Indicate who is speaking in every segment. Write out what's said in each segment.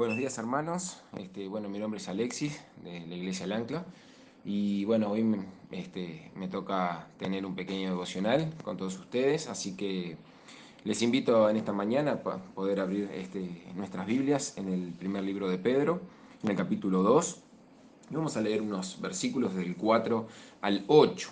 Speaker 1: Buenos días hermanos, bueno, mi nombre es Alexis de la Iglesia El Ancla y bueno, hoy me toca tener un pequeño devocional con todos ustedes, así que les invito en esta mañana a poder abrir nuestras Biblias en el primer libro de Pedro, en el capítulo 2 y vamos a leer unos versículos del 4 al 8.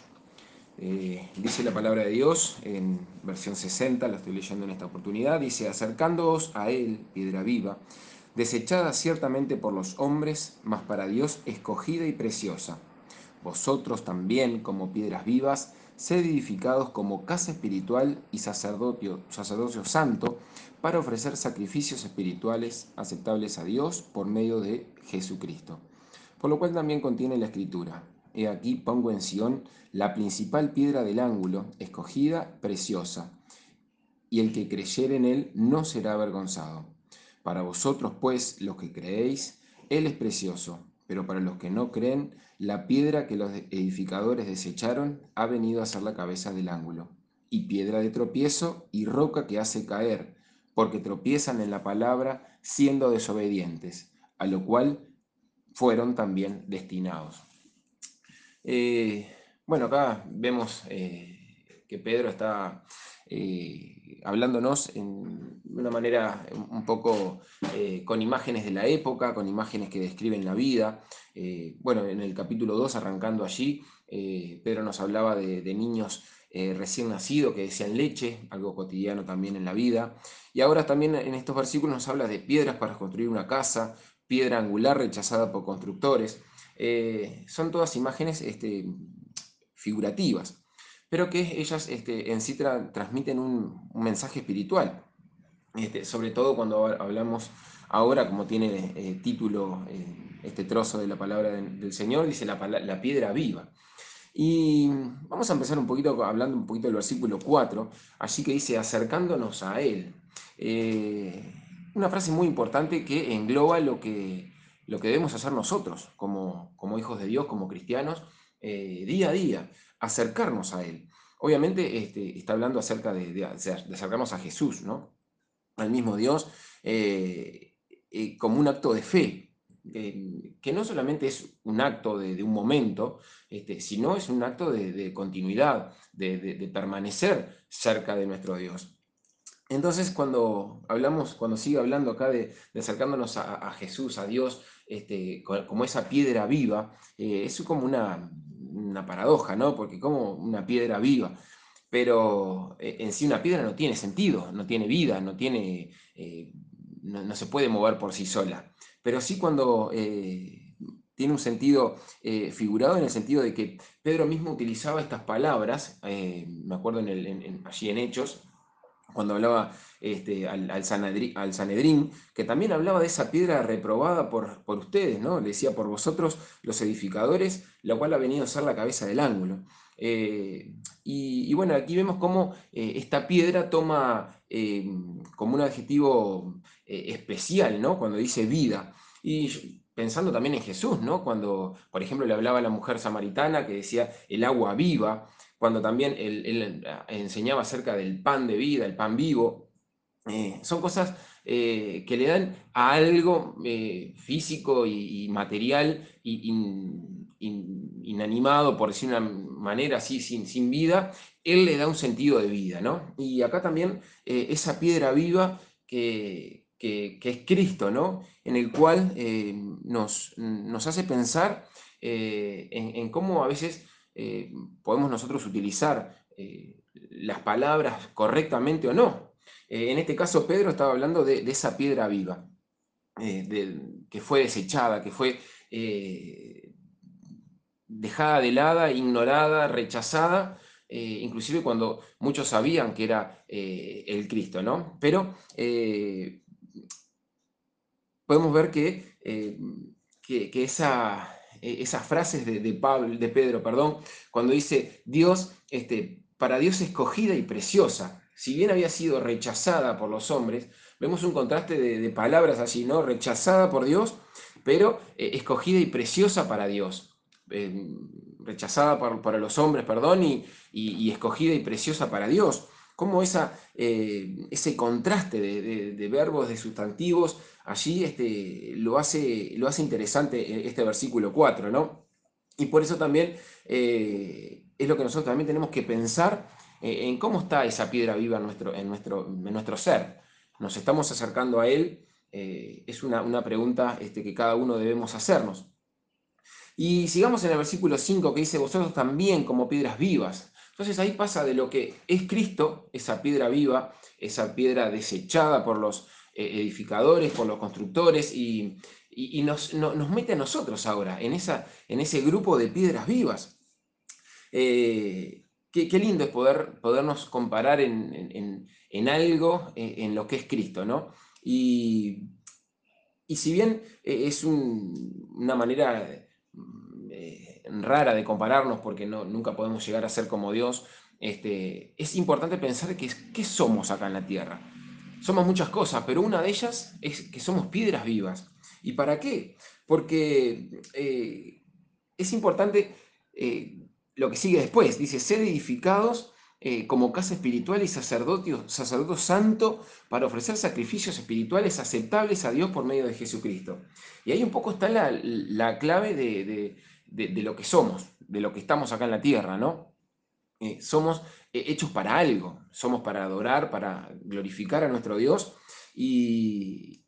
Speaker 1: Dice la palabra de Dios en versión 60, la estoy leyendo en esta oportunidad, dice: acercándoos a él, piedra viva, desechada ciertamente por los hombres, mas para Dios escogida y preciosa. Vosotros también, como piedras vivas, sed edificados como casa espiritual y sacerdocio santo, para ofrecer sacrificios espirituales aceptables a Dios por medio de Jesucristo. Por lo cual también contiene la escritura: he aquí pongo en Sión la principal piedra del ángulo, escogida, preciosa, y el que creyere en él no será avergonzado. Para vosotros, pues, los que creéis, él es precioso, pero para los que no creen, la piedra que los edificadores desecharon ha venido a ser la cabeza del ángulo, y piedra de tropiezo y roca que hace caer, porque tropiezan en la palabra siendo desobedientes, a lo cual fueron también destinados. Eh, bueno, acá vemos que Pedro está hablándonos de una manera un poco con imágenes de la época, con imágenes que describen la vida. Bueno, en el capítulo 2, arrancando allí, Pedro nos hablaba de niños recién nacidos que desean leche, algo cotidiano también en la vida. Y ahora también en estos versículos nos habla de piedras para construir una casa, piedra angular rechazada por constructores. Son todas imágenes figurativas, pero que ellas en sí transmiten un mensaje espiritual. Sobre todo cuando hablamos ahora, como tiene título este trozo de la palabra del Señor, dice la piedra viva. Y vamos a empezar un poquito hablando un poquito del versículo 4, allí que dice: acercándonos a Él. Una frase muy importante que engloba lo que debemos hacer nosotros como hijos de Dios, como cristianos, día a día, acercarnos a Él. Obviamente está hablando acerca de acercarnos a Jesús, ¿no? Al mismo Dios, como un acto de fe, que no solamente es un acto de un momento, sino es un acto de continuidad, de permanecer cerca de nuestro Dios. Entonces, cuando sigue hablando acá de acercándonos a Jesús, a Dios, como esa piedra viva, es como una paradoja, ¿no? Porque como una piedra viva, pero en sí una piedra no tiene sentido, no tiene vida, no se puede mover por sí sola. Pero sí cuando tiene un sentido figurado, en el sentido de que Pedro mismo utilizaba estas palabras, me acuerdo allí en Hechos, cuando hablaba al Sanedrín, que también hablaba de esa piedra reprobada por ustedes, ¿no? Le decía: por vosotros los edificadores, la cual ha venido a ser la cabeza del ángulo. Y bueno, aquí vemos cómo esta piedra toma como un adjetivo especial, ¿no? Cuando dice vida. Y pensando también en Jesús, ¿no? Cuando, por ejemplo, le hablaba a la mujer samaritana que decía el agua viva, cuando también él enseñaba acerca del pan de vida, el pan vivo. Son cosas que le dan a algo físico y material inanimado, por decir una manera así, sin vida, él le da un sentido de vida, ¿no? Y acá también esa piedra viva que es Cristo, ¿no? En el cual nos hace pensar en cómo a veces podemos nosotros utilizar las palabras correctamente o no. En este caso, Pedro estaba hablando de esa piedra viva, que fue desechada, que fue dejada de lado, ignorada, rechazada, inclusive cuando muchos sabían que era el Cristo, ¿no? Pero podemos ver que esas frases de Pedro, perdón, cuando dice Dios, para Dios escogida y preciosa, si bien había sido rechazada por los hombres, vemos un contraste de palabras allí, ¿no? Rechazada por Dios, pero escogida y preciosa para Dios. Rechazada para los hombres, perdón, y escogida y preciosa para Dios. cómo ese contraste de verbos, de sustantivos, allí lo hace interesante este versículo 4, ¿no? Y por eso también es lo que nosotros también tenemos que pensar en cómo está esa piedra viva en nuestro ser. ¿Nos estamos acercando a Él? Es una pregunta que cada uno debemos hacernos. Y sigamos en el versículo 5 que dice, vosotros también como piedras vivas. Entonces ahí pasa de lo que es Cristo, esa piedra viva, esa piedra desechada por los edificadores, por los constructores, y nos mete a nosotros ahora, en ese grupo de piedras vivas. Qué lindo es podernos comparar en algo, en lo que es Cristo, ¿no? Y si bien es una manera rara de compararnos porque nunca podemos llegar a ser como Dios, es importante pensar qué somos acá en la tierra. Somos muchas cosas, pero una de ellas es que somos piedras vivas. ¿Y para qué? Porque es importante lo que sigue después. Dice, sed edificados como casa espiritual y sacerdocio santo para ofrecer sacrificios espirituales aceptables a Dios por medio de Jesucristo. Y ahí un poco está la clave de lo que somos, de lo que estamos acá en la tierra, ¿no? Somos hechos para algo, somos para adorar, para glorificar a nuestro Dios y,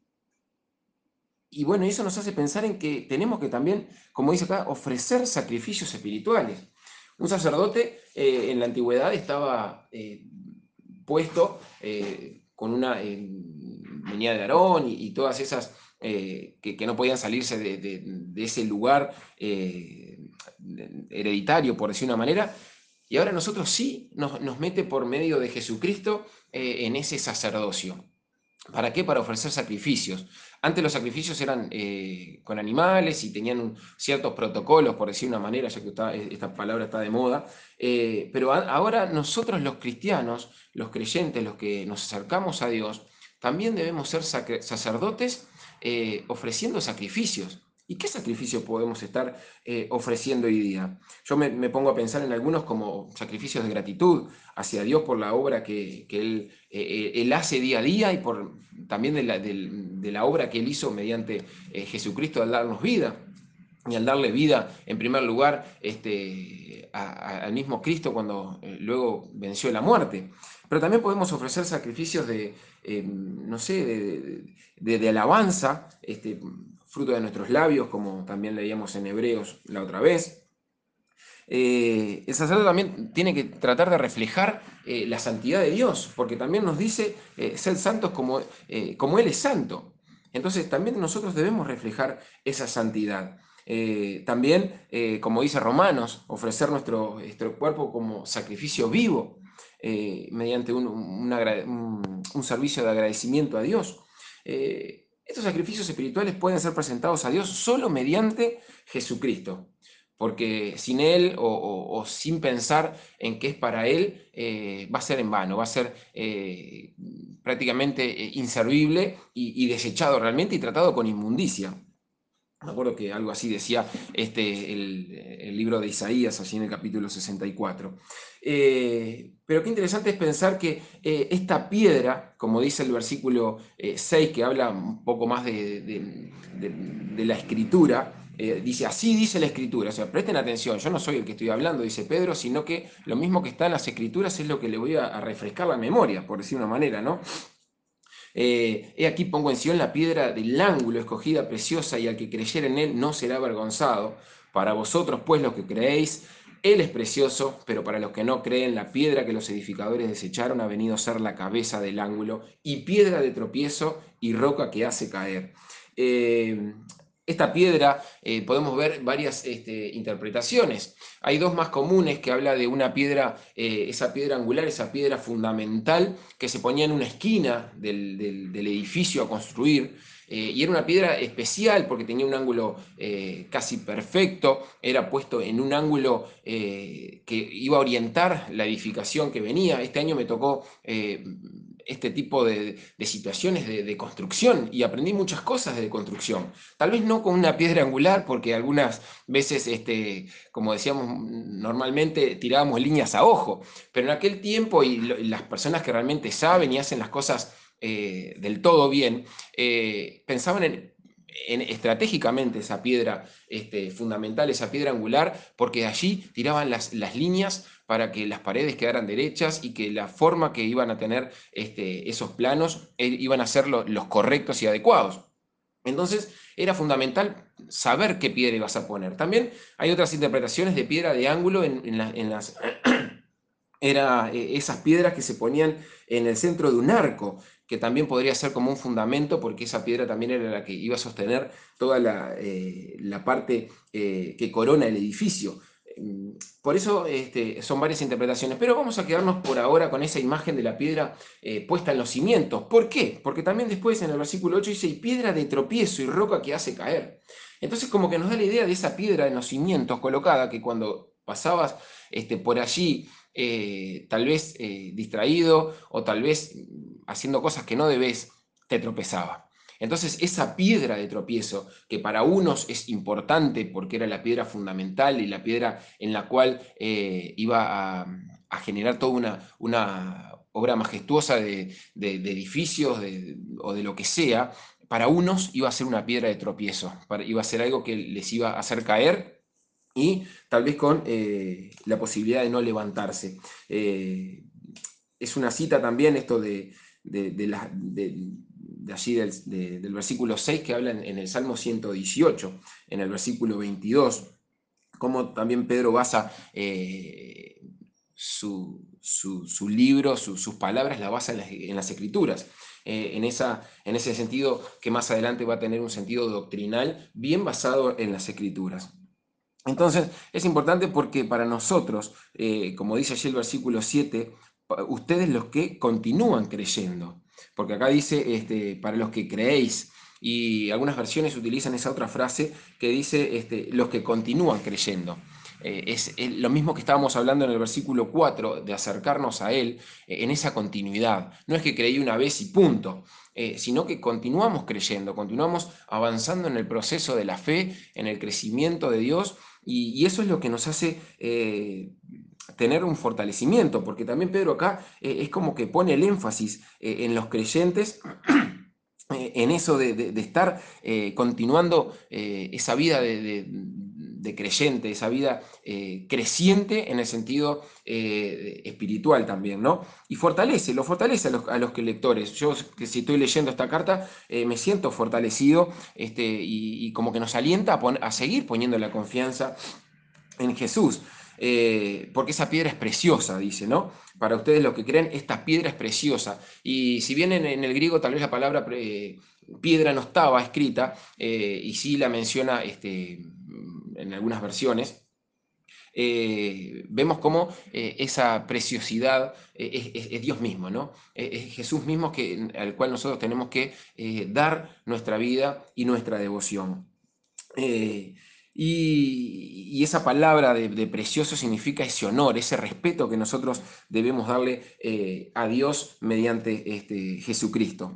Speaker 1: y bueno, eso nos hace pensar en que tenemos que también, como dice acá, ofrecer sacrificios espirituales. Un sacerdote en la antigüedad estaba puesto con venía de Aarón y todas esas que no podían salirse de ese lugar hereditario, por decir una manera. Y ahora nosotros sí nos mete por medio de Jesucristo en ese sacerdocio. ¿Para qué? Para ofrecer sacrificios. Antes los sacrificios eran con animales y tenían ciertos protocolos, por decir una manera, ya que esta palabra está de moda. Pero ahora nosotros los cristianos, los creyentes, los que nos acercamos a Dios, también debemos ser sacerdotes ofreciendo sacrificios. ¿Y qué sacrificio podemos estar ofreciendo hoy día? Yo me pongo a pensar en algunos como sacrificios de gratitud hacia Dios por la obra que Él hace día a día y también de la obra que Él hizo mediante Jesucristo al darnos vida. Y al darle vida, en primer lugar, al mismo Cristo cuando luego venció la muerte. Pero también podemos ofrecer sacrificios no sé, de alabanza, fruto de nuestros labios, como también leíamos en Hebreos la otra vez. El sacerdote también tiene que tratar de reflejar la santidad de Dios, porque también nos dice ser santos como Él es santo. Entonces también nosotros debemos reflejar esa santidad. También, como dice Romanos, ofrecer nuestro cuerpo como sacrificio vivo, mediante un servicio de agradecimiento a Dios. Estos sacrificios espirituales pueden ser presentados a Dios solo mediante Jesucristo, porque sin Él o sin pensar en qué es para Él, va a ser en vano, va a ser prácticamente inservible y desechado realmente y tratado con inmundicia. Me acuerdo que algo así decía el libro de Isaías, allí en el capítulo 64. Pero qué interesante es pensar que esta piedra, como dice el versículo 6, que habla un poco más de la escritura, dice, así dice la escritura. O sea, presten atención, yo no soy el que estoy hablando, dice Pedro, sino que lo mismo que está en las escrituras es lo que le voy a refrescar la memoria, por decir una manera, ¿no? He aquí pongo en Sion la piedra del ángulo, escogida, preciosa, y al que creyere en él no será avergonzado. Para vosotros, pues, los que creéis, él es precioso, pero para los que no creen, la piedra que los edificadores desecharon ha venido a ser la cabeza del ángulo, y piedra de tropiezo y roca que hace caer. Esta piedra podemos ver varias interpretaciones. Hay dos más comunes que habla de una piedra, esa piedra angular, esa piedra fundamental que se ponía en una esquina del edificio a construir. Y era una piedra especial porque tenía un ángulo casi perfecto, era puesto en un ángulo que iba a orientar la edificación que venía. Este año me tocó este tipo de situaciones de construcción y aprendí muchas cosas de construcción. Tal vez no con una piedra angular, porque algunas veces, como decíamos normalmente, tirábamos líneas a ojo, pero en aquel tiempo y las personas que realmente saben y hacen las cosas del todo bien, pensaban estratégicamente esa piedra fundamental, esa piedra angular, porque de allí tiraban las líneas para que las paredes quedaran derechas y que la forma que iban a tener esos planos iban a ser los correctos y adecuados. Entonces era fundamental saber qué piedra ibas a poner. También hay otras interpretaciones de piedra de ángulo en las era esas piedras que se ponían en el centro de un arco, que también podría ser como un fundamento, porque esa piedra también era la que iba a sostener toda la parte que corona el edificio. Por eso son varias interpretaciones, pero vamos a quedarnos por ahora con esa imagen de la piedra puesta en los cimientos. ¿Por qué? Porque también después en el versículo 8 dice, y piedra de tropiezo y roca que hace caer. Entonces como que nos da la idea de esa piedra en los cimientos colocada, que cuando pasabas por allí tal vez distraído o tal vez haciendo cosas que no debes, te tropezaba. Entonces esa piedra de tropiezo, que para unos es importante porque era la piedra fundamental y la piedra en la cual iba a generar toda una obra majestuosa de edificios o de lo que sea, para unos iba a ser una piedra de tropiezo, iba a ser algo que les iba a hacer caer y tal vez con la posibilidad de no levantarse. Es una cita también esto de allí del versículo 6 que habla en el Salmo 118, en el versículo 22, como también Pedro basa su libro, sus palabras, la basa en las Escrituras. En ese sentido que más adelante va a tener un sentido doctrinal bien basado en las Escrituras. Entonces, es importante porque para nosotros, como dice allí el versículo 7, ustedes los que continúan creyendo, porque acá dice, para los que creéis, y algunas versiones utilizan esa otra frase que dice, los que continúan creyendo. Es lo mismo que estábamos hablando en el versículo 4, de acercarnos a Él en esa continuidad. No es que creí una vez y punto, sino que continuamos creyendo, continuamos avanzando en el proceso de la fe, en el crecimiento de Dios, y eso es lo que nos hace tener un fortalecimiento, porque también Pedro acá es como que pone el énfasis en los creyentes, en eso de estar continuando esa vida de creyente, esa vida creciente en el sentido espiritual también, ¿no? Y lo fortalece a los lectores. Yo, que si estoy leyendo esta carta, me siento fortalecido y como que nos alienta a seguir poniendo la confianza en Jesús. Porque esa piedra es preciosa, dice, ¿no? Para ustedes los que creen, esta piedra es preciosa. Y si bien en el griego tal vez la palabra piedra no estaba escrita, y sí la menciona en algunas versiones, vemos cómo esa preciosidad es Dios mismo, ¿no? Es Jesús mismo al cual nosotros tenemos que dar nuestra vida y nuestra devoción. Eh, y esa palabra de precioso significa ese honor, ese respeto que nosotros debemos darle a Dios mediante Jesucristo.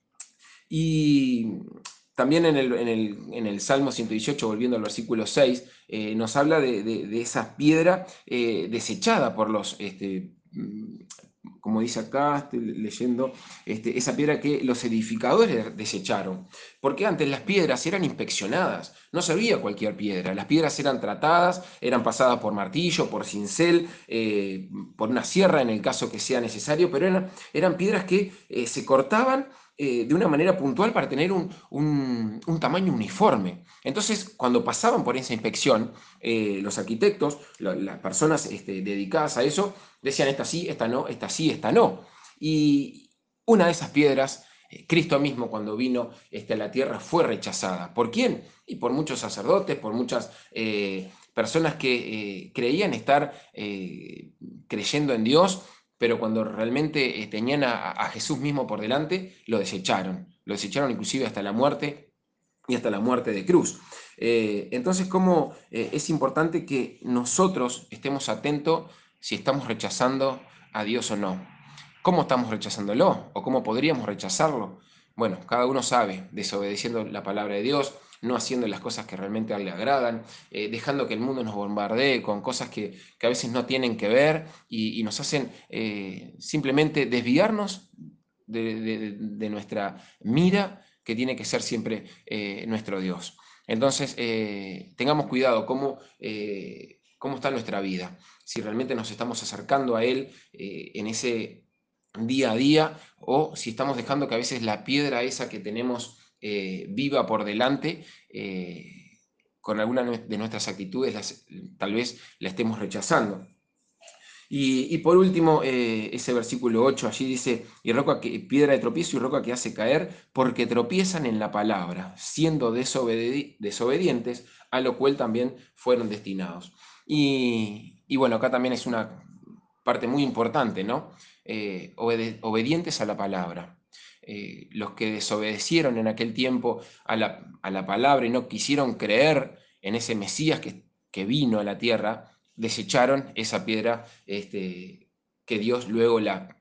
Speaker 1: Y también en el Salmo 118, volviendo al versículo 6, nos habla de esa piedra desechada por los, como dice acá, estoy leyendo, esa piedra que los edificadores desecharon. Porque antes las piedras eran inspeccionadas, no servía cualquier piedra. Las piedras eran tratadas, eran pasadas por martillo, por cincel, por una sierra en el caso que sea necesario, pero eran piedras que se cortaban de una manera puntual para tener un tamaño uniforme. Entonces, cuando pasaban por esa inspección, los arquitectos, las personas dedicadas a eso, decían esta sí, esta no, esta sí, esta no. Y una de esas piedras, Cristo mismo cuando vino a la tierra fue rechazada. ¿Por quién? Y por muchos sacerdotes, por muchas personas que creían estar creyendo en Dios, pero cuando realmente tenían a Jesús mismo por delante, lo desecharon inclusive hasta la muerte y hasta la muerte de cruz. Entonces, cómo es importante que nosotros estemos atentos si estamos rechazando a Dios o no. ¿Cómo estamos rechazándolo? ¿O cómo podríamos rechazarlo? Bueno, cada uno sabe, desobedeciendo la palabra de Dios, no haciendo las cosas que realmente a él le agradan, dejando que el mundo nos bombardee con cosas que a veces no tienen que ver y nos hacen simplemente desviarnos de nuestra mira que tiene que ser siempre nuestro Dios. Entonces, tengamos cuidado cómo está nuestra vida, si realmente nos estamos acercando a Él en ese día a día o si estamos dejando que a veces la piedra esa que tenemos viva por delante, con alguna de nuestras actitudes tal vez la estemos rechazando. Y por último, ese versículo 8 allí dice, y roca que, piedra de tropiezo y roca que hace caer, porque tropiezan en la palabra, siendo desobedientes, a lo cual también fueron destinados. Y bueno, acá también es una parte muy importante, ¿no? Obedientes a la palabra. Los que desobedecieron en aquel tiempo a la palabra y no quisieron creer en ese Mesías que vino a la tierra, desecharon esa piedra que Dios luego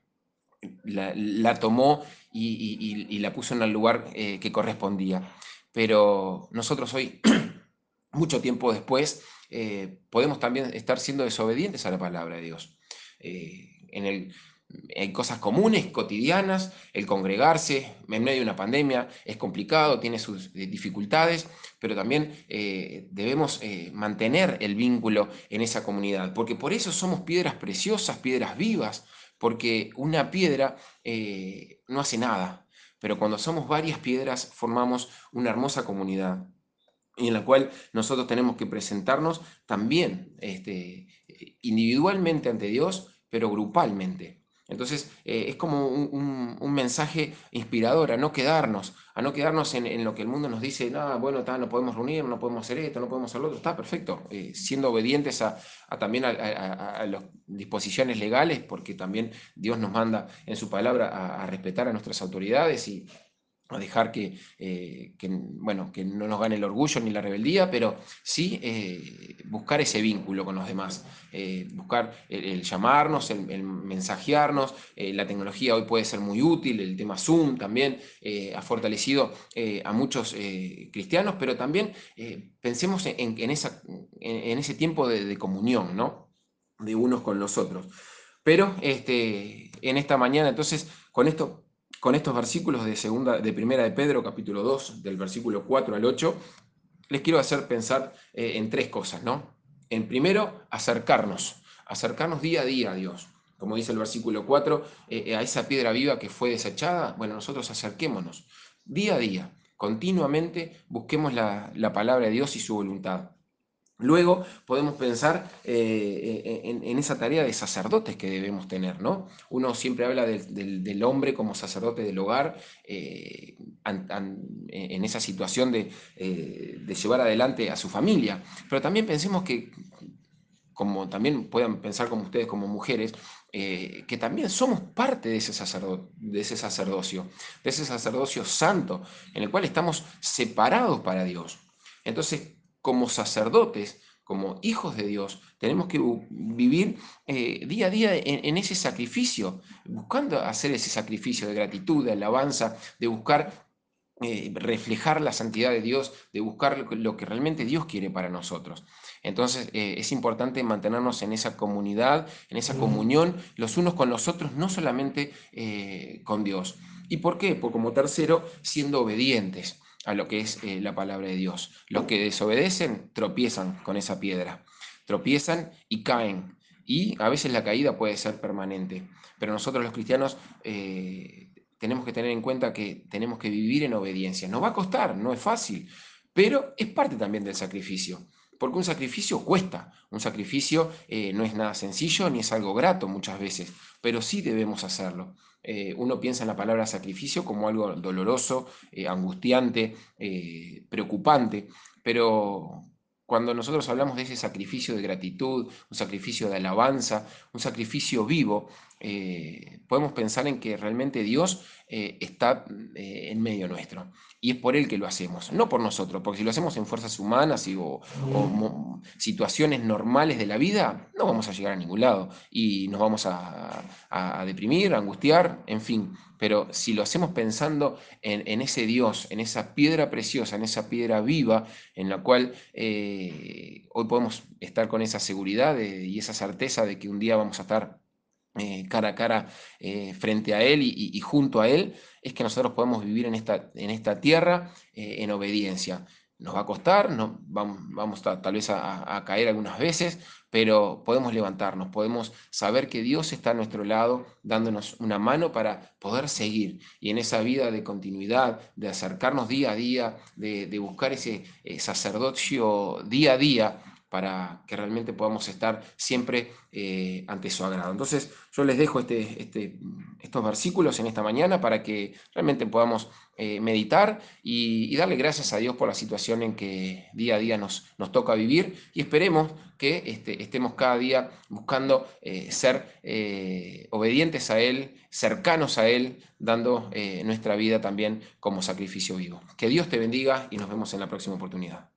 Speaker 1: la tomó y la puso en el lugar que correspondía. Pero nosotros hoy, mucho tiempo después, podemos también estar siendo desobedientes a la palabra de Dios. En hay cosas comunes, cotidianas, el congregarse en medio de una pandemia es complicado, tiene sus dificultades, pero también debemos mantener el vínculo en esa comunidad, porque por eso somos piedras preciosas, piedras vivas, porque una piedra no hace nada, pero cuando somos varias piedras formamos una hermosa comunidad y en la cual nosotros tenemos que presentarnos también individualmente ante Dios, pero grupalmente. Entonces es como un mensaje inspirador a no quedarnos en lo que el mundo nos dice, no, bueno, no podemos reunir, no podemos hacer esto, no podemos hacer lo otro, está perfecto, siendo obedientes también a las disposiciones legales, porque también Dios nos manda en su palabra a respetar a nuestras autoridades y a dejar bueno, que no nos gane el orgullo ni la rebeldía, pero sí buscar ese vínculo con los demás, buscar el llamarnos, el mensajearnos. La tecnología hoy puede ser muy útil, el tema Zoom también ha fortalecido a muchos cristianos, pero también pensemos en ese tiempo de comunión, ¿no? De unos con los otros. Pero en esta mañana, entonces, con estos versículos de Primera de Pedro, capítulo 2, del versículo 4 al 8, les quiero hacer pensar en tres cosas, ¿no? En primero, acercarnos día a día a Dios. Como dice el versículo 4, a esa piedra viva que fue desechada, bueno, nosotros acerquémonos día a día, continuamente busquemos la palabra de Dios y su voluntad. Luego podemos pensar en esa tarea de sacerdotes que debemos tener, ¿no? Uno siempre habla del hombre como sacerdote del hogar, en esa situación de llevar adelante a su familia. Pero también pensemos que, como también puedan pensar como ustedes, como mujeres, que también somos parte de ese sacerdocio santo, en el cual estamos separados para Dios. Entonces, como sacerdotes, como hijos de Dios, tenemos que vivir día a día en ese sacrificio, buscando hacer ese sacrificio de gratitud, de alabanza, de buscar reflejar la santidad de Dios, de buscar lo que realmente Dios quiere para nosotros. Entonces es importante mantenernos en esa comunidad, en esa comunión los unos con los otros, no solamente con Dios. ¿Y por qué? Porque como tercero, siendo obedientes a lo que es la palabra de Dios. Los que desobedecen tropiezan con esa piedra, tropiezan y caen. Y a veces la caída puede ser permanente, pero nosotros los cristianos tenemos que tener en cuenta que tenemos que vivir en obediencia. Nos va a costar, no es fácil, pero es parte también del sacrificio. Porque un sacrificio cuesta, un sacrificio no es nada sencillo ni es algo grato muchas veces, pero sí debemos hacerlo. Uno piensa en la palabra sacrificio como algo doloroso, angustiante, preocupante, pero cuando nosotros hablamos de ese sacrificio de gratitud, un sacrificio de alabanza, un sacrificio vivo, podemos pensar en que realmente Dios está en medio nuestro. Y es por Él que lo hacemos, no por nosotros, porque si lo hacemos en fuerzas humanas o situaciones normales de la vida, no vamos a llegar a ningún lado y nos vamos a deprimir, a angustiar, en fin. Pero si lo hacemos pensando en ese Dios, en esa piedra preciosa, en esa piedra viva, en la cual hoy podemos estar con esa seguridad y esa certeza de que un día vamos a estar cara a cara frente a Él y junto a Él, es que nosotros podemos vivir en esta tierra en obediencia. Nos va a costar, vamos tal vez a caer algunas veces, pero podemos levantarnos, podemos saber que Dios está a nuestro lado, dándonos una mano para poder seguir. Y en esa vida de continuidad, de acercarnos día a día, de buscar ese sacerdocio día a día, para que realmente podamos estar siempre ante su agrado. Entonces, yo les dejo estos versículos en esta mañana para que realmente podamos meditar y darle gracias a Dios por la situación en que día a día nos toca vivir y esperemos que estemos cada día buscando ser obedientes a Él, cercanos a Él, dando nuestra vida también como sacrificio vivo. Que Dios te bendiga y nos vemos en la próxima oportunidad.